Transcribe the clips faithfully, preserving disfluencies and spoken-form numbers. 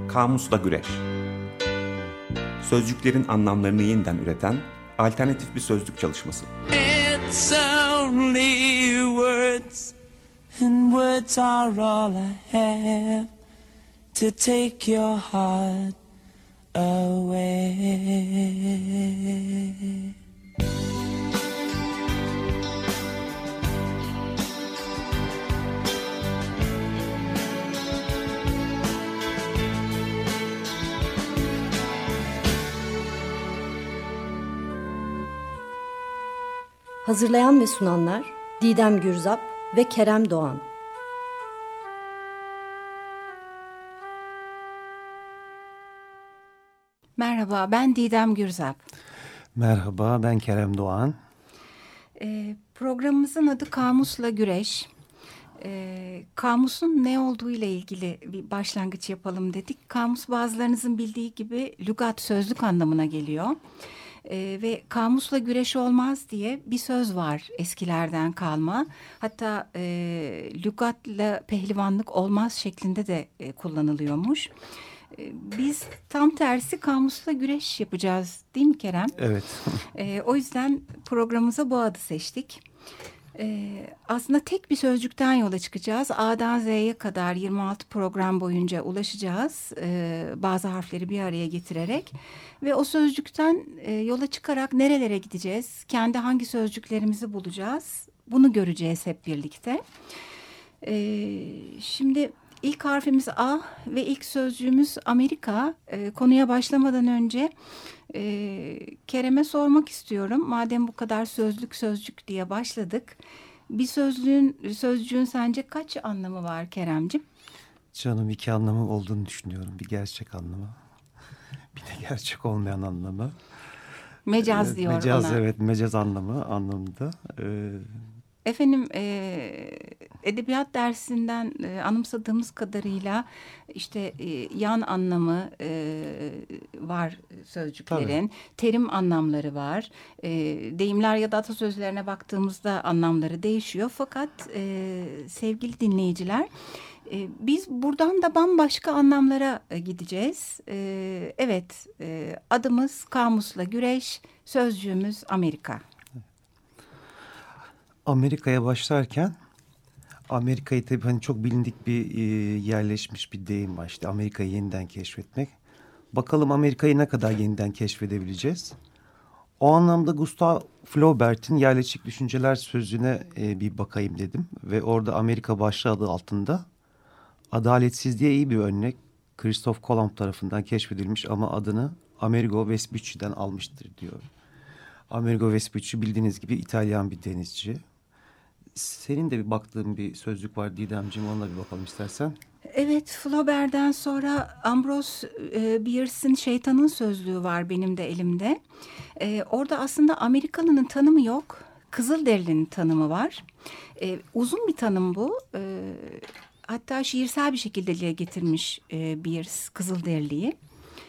Kamusla güreş. Sözcüklerin anlamlarını yeniden üreten alternatif bir sözlük çalışması. It's only words, and words are all I have to take your heart away. Hazırlayan ve sunanlar Didem Gürzap ve Kerem Doğan. Merhaba, ben Didem Gürzap. Merhaba, ben Kerem Doğan. Ee, programımızın adı Kamusla Güreş. Ee, kamusun ne olduğu ile ilgili bir başlangıç yapalım dedik. Kamus bazılarınızın bildiği gibi lügat, sözlük anlamına geliyor. Ee, ve kamusla güreş olmaz diye bir söz var eskilerden kalma. Hatta e, lügatla pehlivanlık olmaz şeklinde de e, kullanılıyormuş. E, biz tam tersi kamusla güreş yapacağız değil mi Kerem? Evet. e, o yüzden programımıza bu adı seçtik. Ee, aslında tek bir sözcükten yola çıkacağız. A'dan Z'ye kadar yirmi altı program boyunca ulaşacağız. Ee, bazı harfleri bir araya getirerek. Ve o sözcükten e, yola çıkarak nerelere gideceğiz? Kendi hangi sözcüklerimizi bulacağız? Bunu göreceğiz hep birlikte. Ee, şimdi ilk harfimiz A ve ilk sözcüğümüz Amerika. Ee, konuya başlamadan önce... Ee, Kerem'e sormak istiyorum. Madem bu kadar sözlük sözcük diye başladık. Bir sözlüğün, sözcüğün sence kaç anlamı var Keremcim? Canım iki anlamı olduğunu düşünüyorum. Bir gerçek anlamı. Bir de gerçek olmayan anlamı. Mecaz diyor mecaz, ona. Evet, mecaz anlamı anlamında. Ee, Efendim e, edebiyat dersinden e, anımsadığımız kadarıyla işte e, yan anlamı e, var sözcüklerin. Tabii. Terim anlamları var. E, deyimler ya da atasözlerine baktığımızda anlamları değişiyor. Fakat e, sevgili dinleyiciler, e, biz buradan da bambaşka anlamlara e, gideceğiz. E, evet, e, adımız Kamusla Güreş, sözcüğümüz Amerika. Amerika'ya başlarken Amerika'yı tabii hani çok bilindik bir e, yerleşmiş bir deyim var. İşte Amerika'yı yeniden keşfetmek. Bakalım Amerika'yı ne kadar yeniden keşfedebileceğiz? O anlamda Gustav Flaubert'in Yerleşik Düşünceler sözüne e, bir bakayım dedim. Ve orada Amerika başlığı adı altında adaletsizliğe iyi bir örnek. Christoph Kolomb tarafından keşfedilmiş ama adını Amerigo Vespucci'den almıştır diyor. Amerigo Vespucci bildiğiniz gibi İtalyan bir denizci. Senin de bir baktığın bir sözlük var Didemciğim, onunla bir bakalım istersen. Evet, Flaubert'den sonra Ambrose e, Bierce'in Şeytanın Sözlüğü var benim de elimde. E, orada aslında Amerikalının tanımı yok, Kızılderili'nin tanımı var. E, uzun bir tanım bu. E, hatta şiirsel bir şekilde dile getirmiş e, Bierce Kızılderili'yi.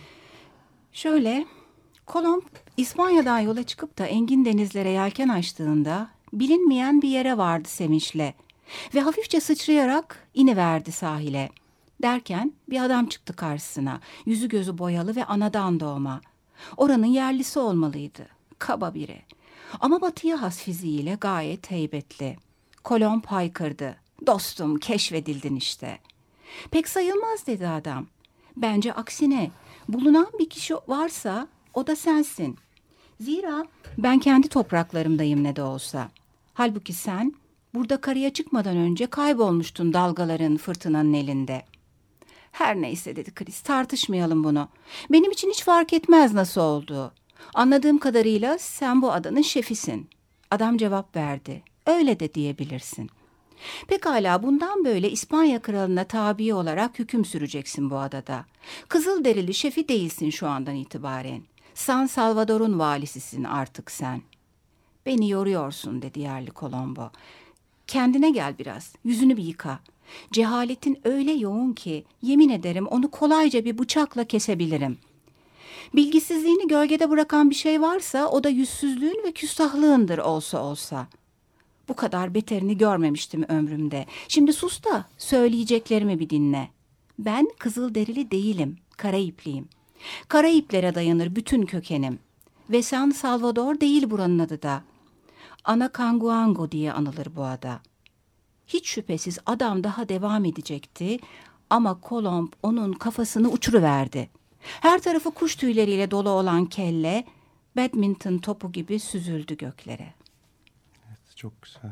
Şöyle, Kolomb İspanya'dan yola çıkıp da engin denizlere yelken açtığında bilinmeyen bir yere vardı sevinçle ve hafifçe sıçrayarak iniverdi sahile. Derken bir adam çıktı karşısına, yüzü gözü boyalı ve anadan doğma. Oranın yerlisi olmalıydı, kaba biri. Ama batıya has fiziğiyle gayet heybetli. Kolomb haykırdı, dostum keşfedildin işte. Pek sayılmaz dedi adam. Bence aksine bulunan bir kişi varsa o da sensin. Zira ben kendi topraklarımdayım ne de olsa. Halbuki sen burada karaya çıkmadan önce kaybolmuştun dalgaların, fırtınanın elinde. Her neyse dedi Chris, tartışmayalım bunu. Benim için hiç fark etmez nasıl olduğu. Anladığım kadarıyla sen bu adanın şefisin. Adam cevap verdi. Öyle de diyebilirsin. Pekala, bundan böyle İspanya kralına tabi olarak hüküm süreceksin bu adada. Kızılderili şefi değilsin şu andan itibaren. San Salvador'un valisisin artık sen. Beni yoruyorsun dedi yerli Colombo. Kendine gel biraz, yüzünü bir yıka. Cehaletin öyle yoğun ki yemin ederim onu kolayca bir bıçakla kesebilirim. Bilgisizliğini gölgede bırakan bir şey varsa o da yüzsüzlüğün ve küstahlığındır olsa olsa. Bu kadar beterini görmemiştim ömrümde. Şimdi sus da söyleyeceklerimi bir dinle. Ben Kızılderili değilim, Karayipliyim. Karayiplere dayanır bütün kökenim. Ve San Salvador değil buranın adı da. Anacanguango diye anılır bu ada. Hiç şüphesiz adam daha devam edecekti ama Kolomb onun kafasını uçuruverdi. Her tarafı kuş tüyleriyle dolu olan kelle badminton topu gibi süzüldü göklere. Evet, çok güzel.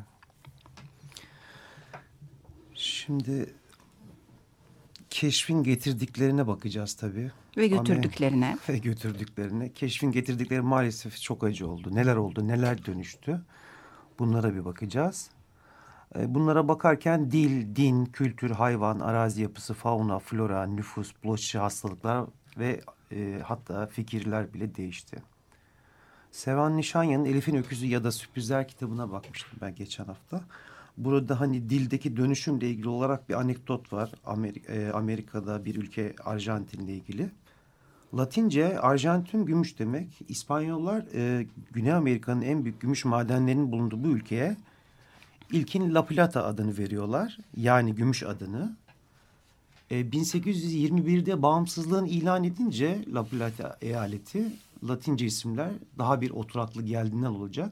Şimdi keşfin getirdiklerine bakacağız tabii. Ve götürdüklerine. Ama, ve götürdüklerine. Keşfin getirdikleri maalesef çok acı oldu. Neler oldu, neler dönüştü? Bunlara bir bakacağız. Bunlara bakarken dil, din, kültür, hayvan, arazi yapısı, fauna, flora, nüfus, bulaşıcı hastalıklar ve e, hatta fikirler bile değişti. Sevan Nişanyan'ın Elif'in Öküzü ya da Sürprizler kitabına bakmıştım ben geçen hafta. Burada hani dildeki dönüşümle ilgili olarak bir anekdot var. Amerika, e, Amerika'da bir ülke Arjantin'le ilgili. Latince Arjantin gümüş demek. İspanyollar e, Güney Amerika'nın en büyük gümüş madenlerinin bulunduğu bu ülkeye İlkin La Plata adını veriyorlar. Yani gümüş adını. E, bin sekiz yüz yirmi bir'de bağımsızlığını ilan edince La Plata eyaleti Latince isimler daha bir oturaklı geldiğinden olacak.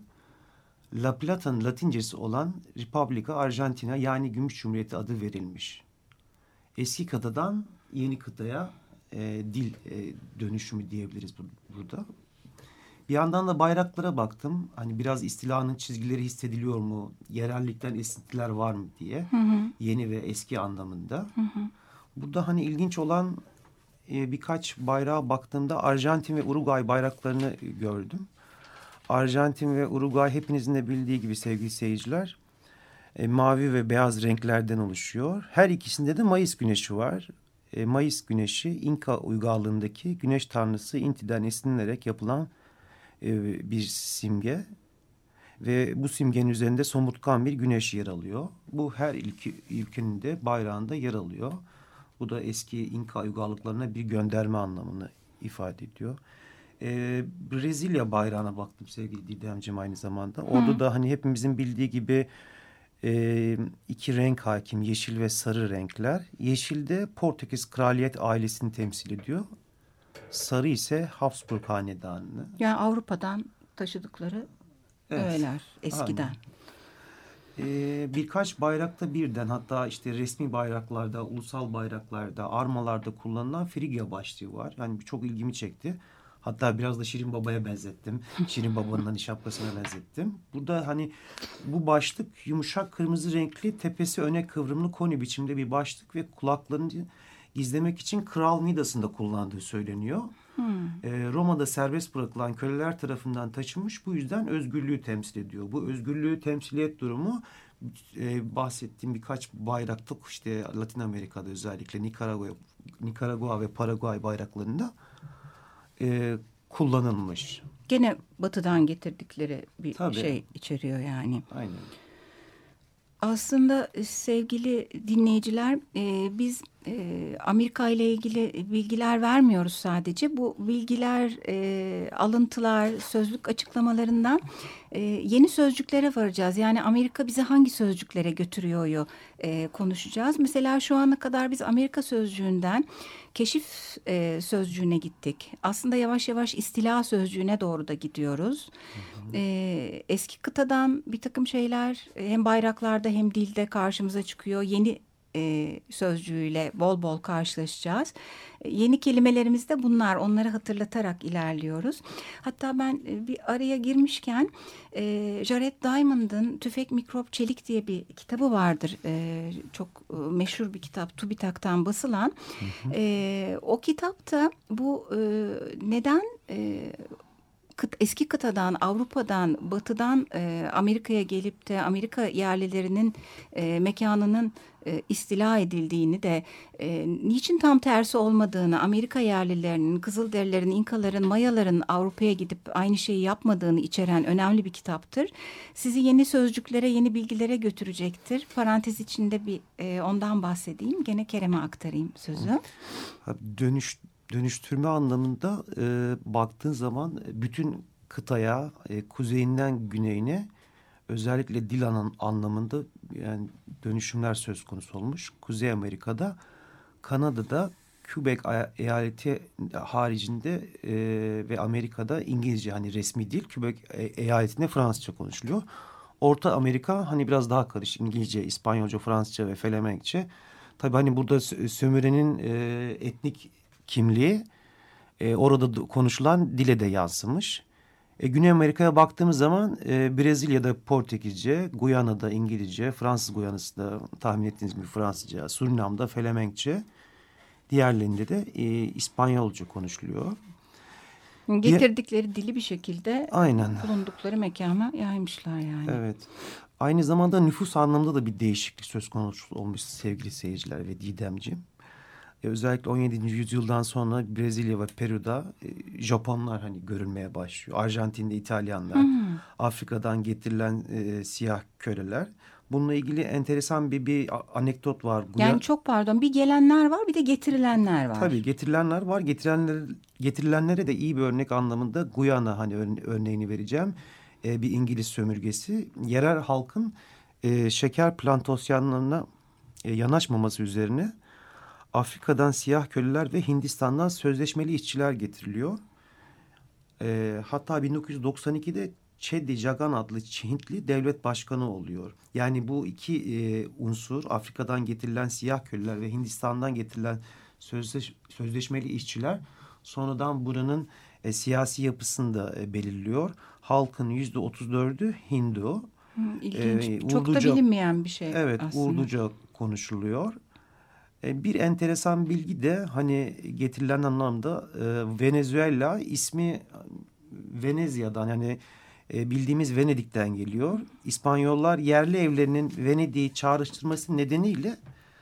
La Plata'nın Latincesi olan Republica Argentina yani Gümüş Cumhuriyeti adı verilmiş. Eski kıtadan yeni kıtaya e, dil e, dönüşümü diyebiliriz bu, burada. Bir yandan da bayraklara baktım. Hani biraz istilanın çizgileri hissediliyor mu? Yerellikten esintiler var mı diye. Hı hı. Yeni ve eski anlamında. Hı hı. Burada hani ilginç olan e, birkaç bayrağa baktığımda Arjantin ve Uruguay bayraklarını gördüm. Arjantin ve Uruguay hepinizin de bildiği gibi sevgili seyirciler e, mavi ve beyaz renklerden oluşuyor. Her ikisinde de Mayıs güneşi var. E, Mayıs güneşi İnka uygarlığındaki güneş tanrısı Inti'den esinlenerek yapılan bir simge ve bu simgenin üzerinde somurtkan bir güneş yer alıyor. Bu her ilki, ülkenin de bayrağında yer alıyor. Bu da eski İnka uygarlıklarına bir gönderme anlamını ifade ediyor. Ee, Brezilya bayrağına baktım sevgili Didemciğim aynı zamanda. Orada Hı. da hani hepimizin bildiği gibi e, iki renk hakim, yeşil ve sarı renkler. Yeşilde Portekiz kraliyet ailesini temsil ediyor. Sarı ise Habsburg hanedanını. Yani Avrupa'dan taşıdıkları evet. öğeler eskiden. Ee, birkaç bayrakta birden hatta işte resmi bayraklarda, ulusal bayraklarda, armalarda kullanılan Frigya başlığı var. Yani çok ilgimi çekti. Hatta biraz da Şirin Baba'ya benzettim. Şirin Baba'nın hani şapkasına benzettim. Burada hani bu başlık yumuşak kırmızı renkli, tepesi öne kıvrımlı koni biçimde bir başlık ve kulaklarını gizlemek için Kral Midas'ın da kullandığı söyleniyor. Hmm. Ee, Roma'da serbest bırakılan köleler tarafından taşınmış. Bu yüzden özgürlüğü temsil ediyor. Bu özgürlüğü temsiliyet durumu e, bahsettiğim birkaç bayrakta işte Latin Amerika'da özellikle Nikaragua, Nikaragua ve Paraguay bayraklarında e, kullanılmış. Gene batıdan getirdikleri bir Tabii. şey içeriyor yani. Aynen. Aslında sevgili dinleyiciler e, biz e, Amerika ile ilgili bilgiler vermiyoruz sadece. Bu bilgiler, e, alıntılar, sözlük açıklamalarından e, yeni sözcüklere varacağız. Yani Amerika bizi hangi sözcüklere götürüyor e, konuşacağız. Mesela şu ana kadar biz Amerika sözcüğünden keşif e, sözcüğüne gittik. Aslında yavaş yavaş istila sözcüğüne doğru da gidiyoruz. Hı hı. E, eski kıtadan bir takım şeyler hem bayraklarda hem dilde karşımıza çıkıyor. Yeni e, sözcüğüyle bol bol karşılaşacağız. E, yeni kelimelerimiz de bunlar. Onları hatırlatarak ilerliyoruz. Hatta ben e, bir araya girmişken e, Jared Diamond'ın Tüfek, Mikrop, Çelik diye bir kitabı vardır. E, çok e, meşhur bir kitap. TÜBİTAK'tan basılan. Hı hı. E, o kitapta bu e, neden... E, eski kıtadan, Avrupa'dan, Batı'dan e, Amerika'ya gelip de Amerika yerlilerinin e, mekanının e, istila edildiğini de e, niçin tam tersi olmadığını, Amerika yerlilerinin, Kızılderililerin, İnkaların, Mayaların Avrupa'ya gidip aynı şeyi yapmadığını içeren önemli bir kitaptır. Sizi yeni sözcüklere, yeni bilgilere götürecektir. Parantez içinde bir e, ondan bahsedeyim. Gene Kerem'e aktarayım sözü. Dönüş Dönüştürme anlamında e, baktığın zaman bütün kıtaya e, kuzeyinden güneyine özellikle dil an, anlamında yani dönüşümler söz konusu olmuş. Kuzey Amerika'da Kanada'da Quebec eyaleti haricinde e, ve Amerika'da İngilizce hani resmi dil, Quebec eyaletinde Fransızca konuşuluyor. Orta Amerika hani biraz daha karışık. İngilizce, İspanyolca, Fransızca ve Felemenkçe. Tabii hani burada sömürenin e, etnik kimliği e, orada konuşulan dile de yansımış. E, Güney Amerika'ya baktığımız zaman e, Brezilya'da Portekizce, Guyana'da İngilizce, Fransız Guyana'sında tahmin ettiğiniz gibi Fransızca, Surinam'da Felemenkçe, diğerlerinde de e, İspanyolca konuşuluyor. Getirdikleri Diye, dili bir şekilde aynen. bulundukları mekana yaymışlar yani. Evet. Aynı zamanda nüfus anlamında da bir değişiklik söz konusu olmuş sevgili seyirciler ve Didemciğim. E, özellikle on yedinci yüzyıldan sonra Brezilya ve Peru'da e, Japonlar hani görülmeye başlıyor. Arjantin'de İtalyanlar, hmm. Afrika'dan getirilen e, siyah köleler. Bununla ilgili enteresan bir, bir anekdot var. Yani çok pardon, bir gelenler var, bir de getirilenler var. Tabii getirilenler var. Getirilenler, getirilenlere de iyi bir örnek anlamında Guyana hani örneğini vereceğim. Ee, bir İngiliz sömürgesi. Yerel halkın e, şeker plantasyonlarına e, yanaşmaması üzerine Afrika'dan siyah köleler ve Hindistan'dan sözleşmeli işçiler getiriliyor. E, hatta bin dokuz yüz doksan ikide Cheddi Jagan adlı Hintli devlet başkanı oluyor. Yani bu iki e, unsur, Afrika'dan getirilen siyah köleler ve Hindistan'dan getirilen sözleş, sözleşmeli işçiler sonradan buranın e, siyasi yapısını da e, belirliyor. Halkın yüzde otuz dördü Hindu. Hı, ilginç. E, Çok Urduca, da bilinmeyen bir şey evet, aslında. Evet, Urduca konuşuluyor. E, bir enteresan bilgi de hani getirilen anlamda e, Venezuela ismi Venezya'dan yani e, bildiğimiz Venedik'ten geliyor. İspanyollar yerli evlerinin Venedik'i çağrıştırması nedeniyle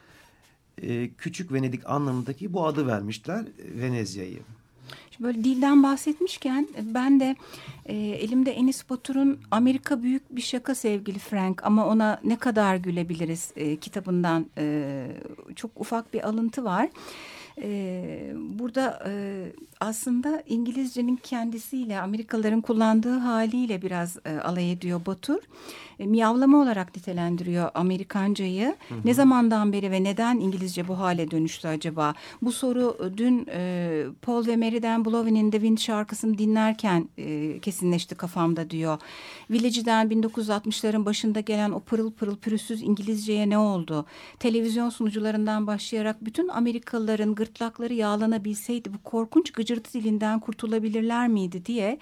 e, Küçük Venedik anlamındaki bu adı vermişler Venezya'yı. Böyle dilden bahsetmişken ben de e, elimde Enis Batur'un Amerika Büyük Bir Şaka Sevgili Frank ama ona ne kadar gülebiliriz e, kitabından e, çok ufak bir alıntı var. Ee, burada e, aslında İngilizcenin kendisiyle Amerikalıların kullandığı haliyle biraz e, alay ediyor Batur. E, miyavlama olarak nitelendiriyor Amerikancayı. Hı hı. Ne zamandan beri ve neden İngilizce bu hale dönüştü acaba? Bu soru dün e, Paul ve Mary'den Blowing in the Wind şarkısını dinlerken e, kesinleşti kafamda diyor. Village'den bin dokuz yüz altmışların başında gelen o pırıl pırıl pürüzsüz İngilizceye ne oldu? Televizyon sunucularından başlayarak bütün Amerikalıların gırtlakları yağlanabilseydi bu korkunç gıcırtı dilinden kurtulabilirler miydi diye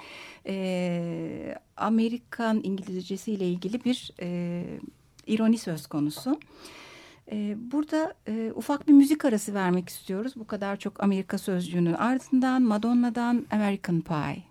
e, Amerikan İngilizcesi ile ilgili bir e, ironi söz konusu. E, burada e, ufak bir müzik arası vermek istiyoruz. Bu kadar çok Amerika sözcüğünün ardından Madonna'dan American Pie.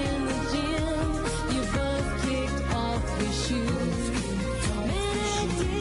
Shoes. Man,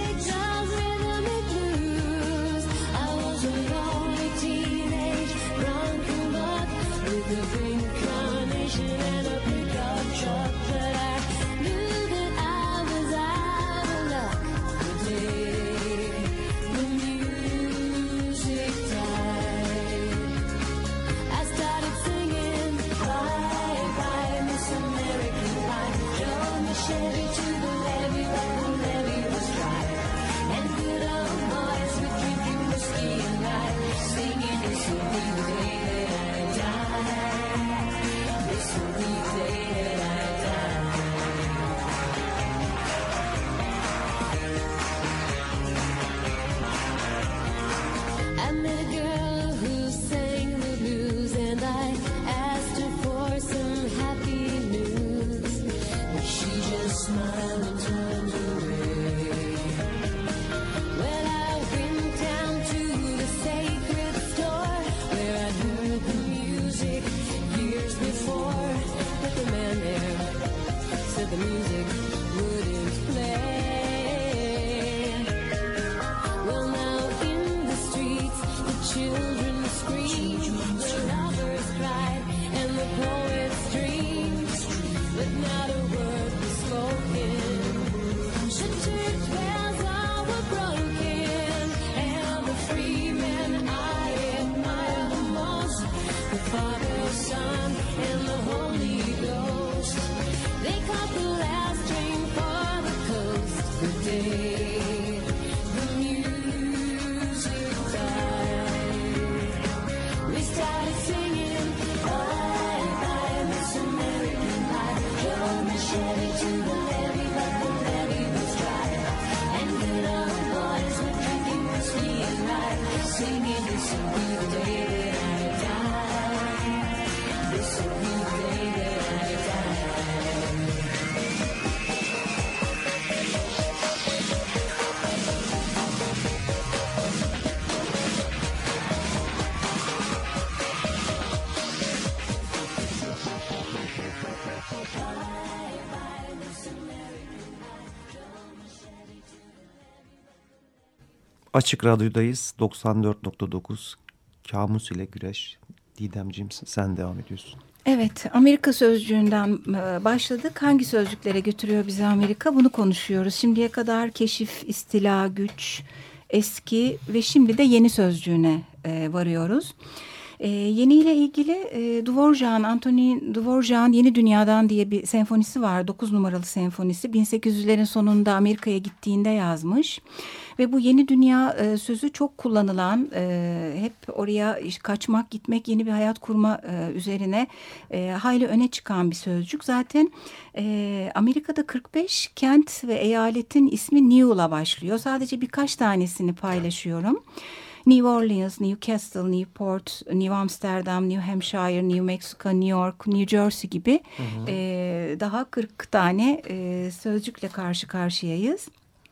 Açık Radyo'dayız. doksan dört nokta dokuz Kamus ile Güreş. Didemciğim sen devam ediyorsun. Evet, Amerika sözcüğünden başladık. Hangi sözcüklere götürüyor bizi Amerika? Bunu konuşuyoruz. Şimdiye kadar keşif, istila, güç, eski ve şimdi de yeni sözcüğüne varıyoruz. Ee, yeni ile ilgili e, Dvorak'ın, Antonin Dvorak'ın Yeni Dünya'dan diye bir senfonisi var. dokuz numaralı senfonisi. bin sekiz yüzlerin sonunda Amerika'ya gittiğinde yazmış. Ve bu Yeni Dünya e, sözü çok kullanılan, e, hep oraya kaçmak, gitmek, yeni bir hayat kurma e, üzerine e, hayli öne çıkan bir sözcük. Zaten e, Amerika'da kırk beş kent ve eyaletin ismi New'la başlıyor. Sadece birkaç tanesini paylaşıyorum. New Orleans, Newcastle, Newport, New Amsterdam, New Hampshire, New Mexico, New York, New Jersey gibi hı hı. E, daha kırk tane e, sözcükle karşı karşıyayız.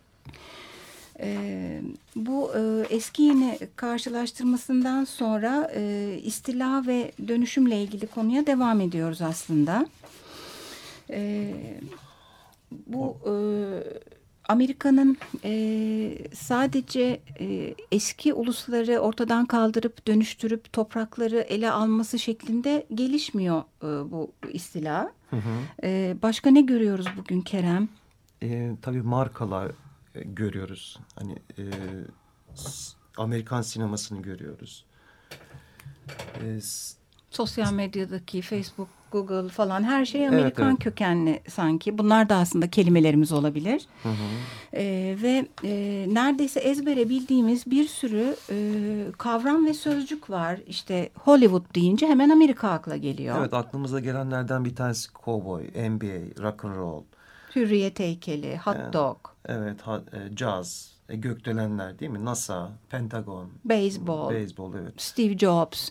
E, bu e, eski yeni karşılaştırmasından sonra e, istila ve dönüşümle ilgili konuya devam ediyoruz aslında. E, bu... E, Amerika'nın e, sadece e, eski ulusları ortadan kaldırıp dönüştürüp toprakları ele alması şeklinde gelişmiyor e, bu istila. Hı hı. E, başka ne görüyoruz bugün Kerem? E, tabii markalar e, görüyoruz. Hani e, Amerikan sinemasını görüyoruz. E, Sosyal medyadaki Facebook, Google falan her şey Amerikan evet, evet. kökenli sanki. Bunlar da aslında kelimelerimiz olabilir. Hı hı. Ee, ve e, neredeyse ezbere bildiğimiz bir sürü e, kavram ve sözcük var. İşte Hollywood deyince hemen Amerika akla geliyor. Evet, aklımıza gelenlerden bir tanesi cowboy, N B A, rock and roll. Hürriyet heykeli, hot yani, dog. Evet, ha, e, caz, e, gökdelenler değil mi? NASA, Pentagon. Beyzbol. Beyzbol, evet. Steve Jobs.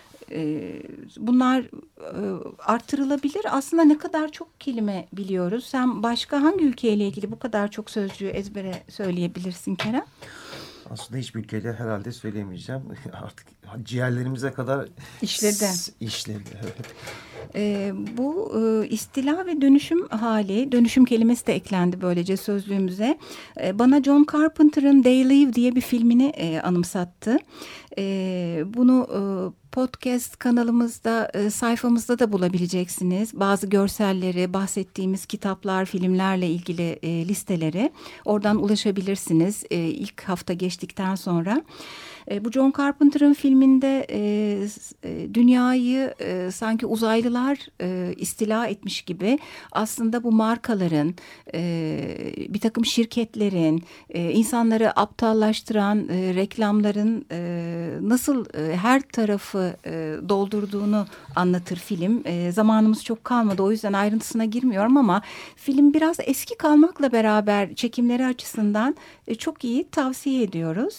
Bunlar artırılabilir. Aslında ne kadar çok kelime biliyoruz. Sen başka hangi ülkeyle ilgili bu kadar çok sözcüğü ezbere söyleyebilirsin Kerem? Aslında hiçbir ülkeyle herhalde söyleyemeyeceğim. Artık ciğerlerimize kadar işledi. İşledi, evet. Ee, bu e, istila ve dönüşüm hali, dönüşüm kelimesi de eklendi böylece sözlüğümüze. Ee, bana John Carpenter'ın They Live diye bir filmini e, anımsattı. E, bunu e, podcast kanalımızda, e, sayfamızda da bulabileceksiniz. Bazı görselleri, bahsettiğimiz kitaplar, filmlerle ilgili e, listeleri oradan ulaşabilirsiniz e, ilk hafta geçtikten sonra. E, bu John Carpenter'ın filminde e, e, dünyayı e, sanki uzaylılar e, istila etmiş gibi aslında bu markaların, e, bir takım şirketlerin, e, insanları aptallaştıran e, reklamların e, nasıl e, her tarafı e, doldurduğunu anlatır film. E, zamanımız çok kalmadı, o yüzden ayrıntısına girmiyorum ama film biraz eski kalmakla beraber çekimleri açısından e, çok iyi, tavsiye ediyoruz.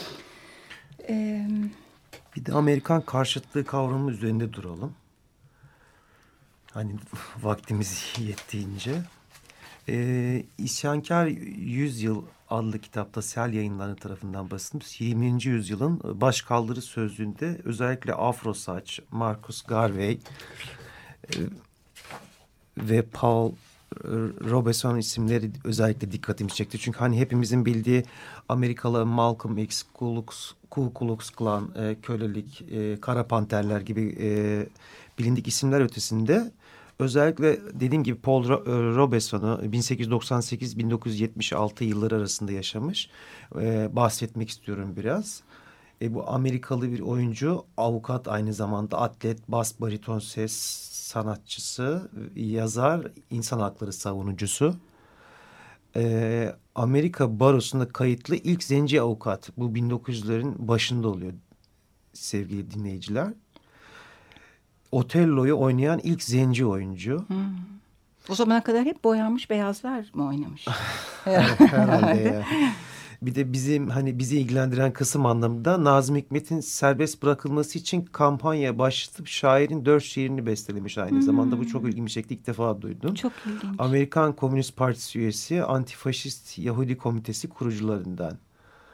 Bir de Amerikan karşıtlığı kavramı üzerinde duralım. Hani vaktimiz yettiğince. Ee, İsyankar Yüzyıl adlı kitapta Sel Yayınları tarafından basılmış yirminci yüzyılın başkaldırı sözlüğünde özellikle Afro Saç, Marcus Garvey e, ve Paul Robeson isimleri özellikle dikkatimi çekti. Çünkü hani hepimizin bildiği Amerikalı Malcolm X, Ku Klux, Ku Klux Klan, e, kölelik, e, Kara Panterler gibi e, bilindik isimler ötesinde özellikle dediğim gibi Paul Robeson'u bin sekiz yüz doksan sekiz bin dokuz yüz yetmiş altı yılları arasında yaşamış. E, bahsetmek istiyorum biraz. E, bu Amerikalı bir oyuncu, avukat, aynı zamanda atlet, bas bariton ses sanatçısı, yazar, insan hakları savunucusu. Ee, Amerika Barosu'nda kayıtlı ilk zenci avukat. Bu bin dokuz yüzlerin başında oluyor sevgili dinleyiciler. Otello'yu oynayan ilk zenci oyuncu. Hmm. O zamana kadar hep boyanmış beyazlar mı oynamış? Herhalde ya. Bir de bizim hani bizi ilgilendiren kısım anlamında Nazım Hikmet'in serbest bırakılması için kampanya başlatıp şairin dört şiirini bestelemiş aynı hmm. zamanda. Bu çok ilgimi çekti. İlk defa duydum. Çok ilginç. Amerikan Komünist Partisi üyesi, Antifaşist Yahudi Komitesi kurucularından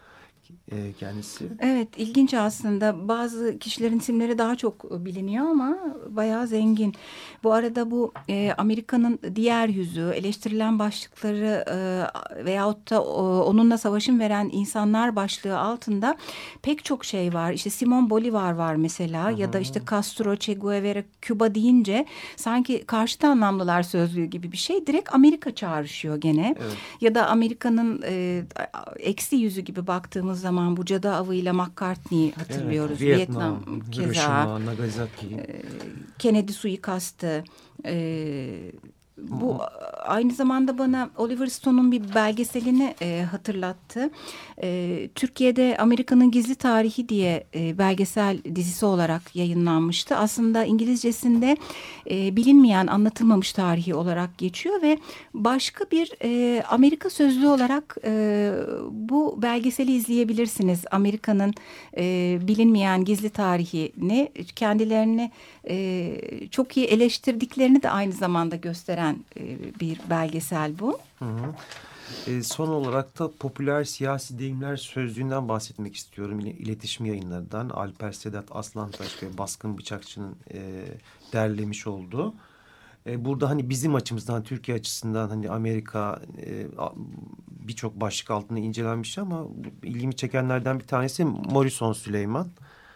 e, kendisi. Evet, ilginç aslında. Bazı kişilerin isimleri daha çok biliniyor ama bayağı zengin. Bu arada bu e, Amerika'nın diğer yüzü, eleştirilen başlıkları e, veyahut da o, onunla savaşın veren insanlar başlığı altında pek çok şey var. İşte Simon Bolivar var mesela. Hı-hı. Ya da işte Castro, Che Guevara, Küba deyince sanki karşıt anlamlılar sözlüğü gibi bir şey. Direkt Amerika çağrışıyor gene. Evet. Ya da Amerika'nın e, eksi yüzü gibi baktığımız zaman bu cadı avıyla McCartney'i hatırlıyoruz. Evet, Vietnam, Vietnam keza. Hiroşima, Nagasaki. E, Kennedy suikastı. E, Bu aynı zamanda bana Oliver Stone'un bir belgeselini e, hatırlattı. E, Türkiye'de Amerika'nın Gizli Tarihi diye e, belgesel dizisi olarak yayınlanmıştı. Aslında İngilizcesinde e, bilinmeyen, anlatılmamış tarihi olarak geçiyor ve başka bir e, Amerika sözlüğü olarak e, bu belgeseli izleyebilirsiniz. Amerika'nın e, bilinmeyen gizli tarihini, kendilerini e, çok iyi eleştirdiklerini de aynı zamanda gösteren bir belgesel bu. Hı hı. E, son olarak da popüler siyasi deyimler sözlüğünden bahsetmek istiyorum. İletişim yayınlarından Alper Sedat Aslantaş ve Baskın Bıçakçı'nın e, derlemiş olduğu. E, burada hani bizim açımızdan, Türkiye açısından hani Amerika e, birçok başlık altında incelenmiş ama ilgimi çekenlerden bir tanesi Morrison Süleyman.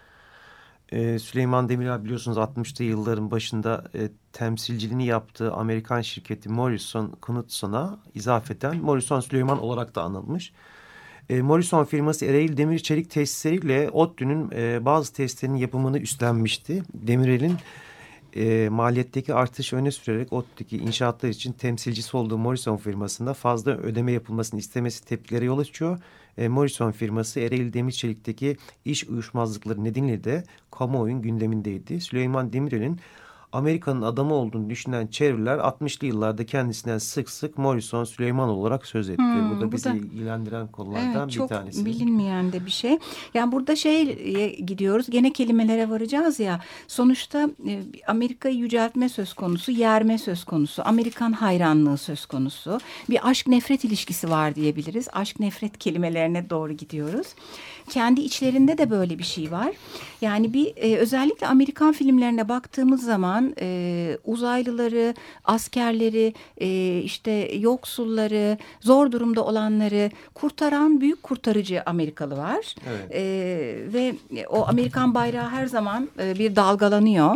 Ee, Süleyman Demirel biliyorsunuz altmışlı yılların başında e, temsilciliğini yaptığı Amerikan şirketi Morrison Knutson'a izafeten Morrison Süleyman olarak da anılmış. E, Morrison firması Ereğli Demir Çelik tesisleriyle ODTÜ'nün e, bazı tesislerinin yapımını üstlenmişti. Demirel'in e, maliyetteki artışı öne sürerek ODTÜ'deki inşaatlar için temsilcisi olduğu Morrison firmasında fazla ödeme yapılmasını istemesi tepkilere yol açıyor. E, Morrison firması Ereğli Demir Çelik'teki iş uyuşmazlıkları nedeniyle de kamuoyunun gündemindeydi. Süleyman Demirel'in Amerika'nın adamı olduğunu düşünen çevreler altmışlı yıllarda kendisinden sık sık Morrison Süleyman olarak söz etti. Hmm, bu da bizi bu da, ilgilendiren konulardan evet, bir tanesi. Çok bilinmeyen de bir şey. Yani burada şeye gidiyoruz, gene kelimelere varacağız ya. Sonuçta e, Amerika'yı yüceltme söz konusu, yerme söz konusu, Amerikan hayranlığı söz konusu. Bir aşk nefret ilişkisi var diyebiliriz. Aşk nefret kelimelerine doğru gidiyoruz. Kendi içlerinde de böyle bir şey var. Yani bir e, özellikle Amerikan filmlerine baktığımız zaman e, uzaylıları, askerleri, e, işte yoksulları, zor durumda olanları kurtaran büyük kurtarıcı Amerikalı var. Evet. E, ve o Amerikan bayrağı her zaman e, bir dalgalanıyor.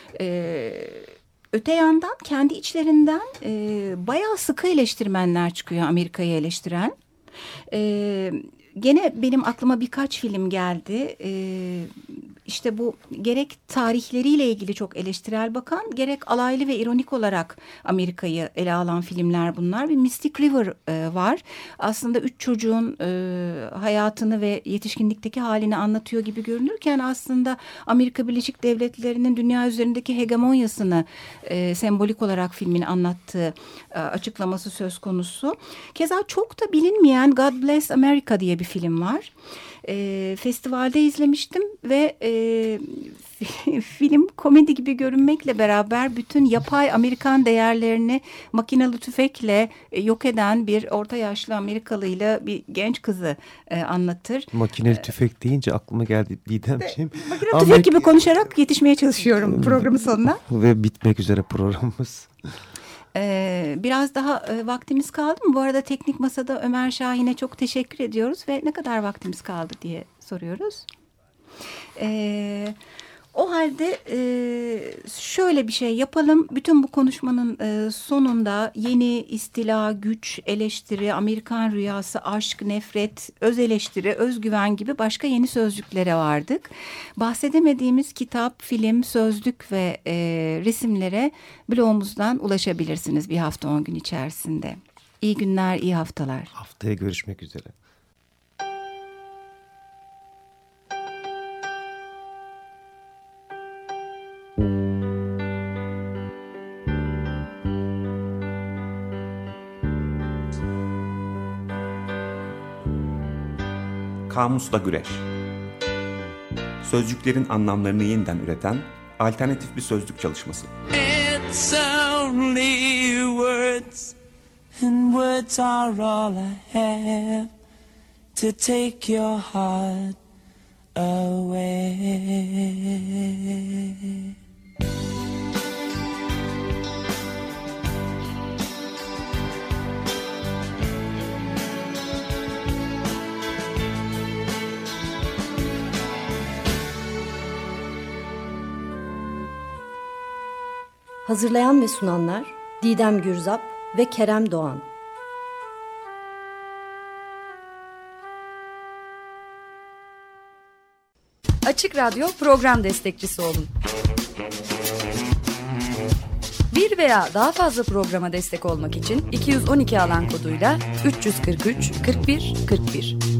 E, Öte yandan kendi içlerinden e, bayağı sıkı eleştirmenler çıkıyor Amerika'yı eleştiren. E, gene benim aklıma birkaç film geldi. E, işte bu gerek tarihleriyle ilgili çok eleştirel bakan, gerek alaylı ve ironik olarak Amerika'yı ele alan filmler bunlar. Bir Mystic River e, var. Aslında üç çocuğun e, hayatını ve yetişkinlikteki halini anlatıyor gibi görünürken aslında Amerika Birleşik Devletleri'nin dünya üzerindeki hegemonyasını e, sembolik olarak filmin anlattığı e, açıklaması söz konusu. Keza çok da bilinmeyen God Bless America diye bir film var. E, festivalde izlemiştim ve e, film komedi gibi görünmekle beraber bütün yapay Amerikan değerlerini makinalı tüfekle e, yok eden bir orta yaşlı Amerikalıyla bir genç kızı e, anlatır. Makinalı tüfek deyince aklıma geldi Didemciğim. Makinalı Amerika... tüfek gibi konuşarak yetişmeye çalışıyorum programın sonuna. Ve bitmek üzere programımız. Ee, biraz daha e, vaktimiz kaldı mı? Bu arada teknik masada Ömer Şahin'e çok teşekkür ediyoruz ve ne kadar vaktimiz kaldı diye soruyoruz. Ee, o halde e, şöyle bir şey yapalım. Bütün bu konuşmanın e, sonunda yeni istila, güç, eleştiri, Amerikan rüyası, aşk, nefret, öz eleştiri, özgüven gibi başka yeni sözcüklere vardık. Bahsedemediğimiz kitap, film, sözlük ve e, resimlere blogumuzdan ulaşabilirsiniz bir hafta on gün içerisinde. İyi günler, iyi haftalar. Haftaya görüşmek üzere. Kamusla Güreş. Sözcüklerin anlamlarını yeniden üreten alternatif bir sözlük çalışması. It's only words, and words are all I have to take your heart away. Hazırlayan ve sunanlar Didem Gürzap ve Kerem Doğan. Açık Radyo program destekçisi olun. Bir veya daha fazla programa destek olmak için iki yüz on iki alan koduyla üç yüz kırk üç kırk bir kırk bir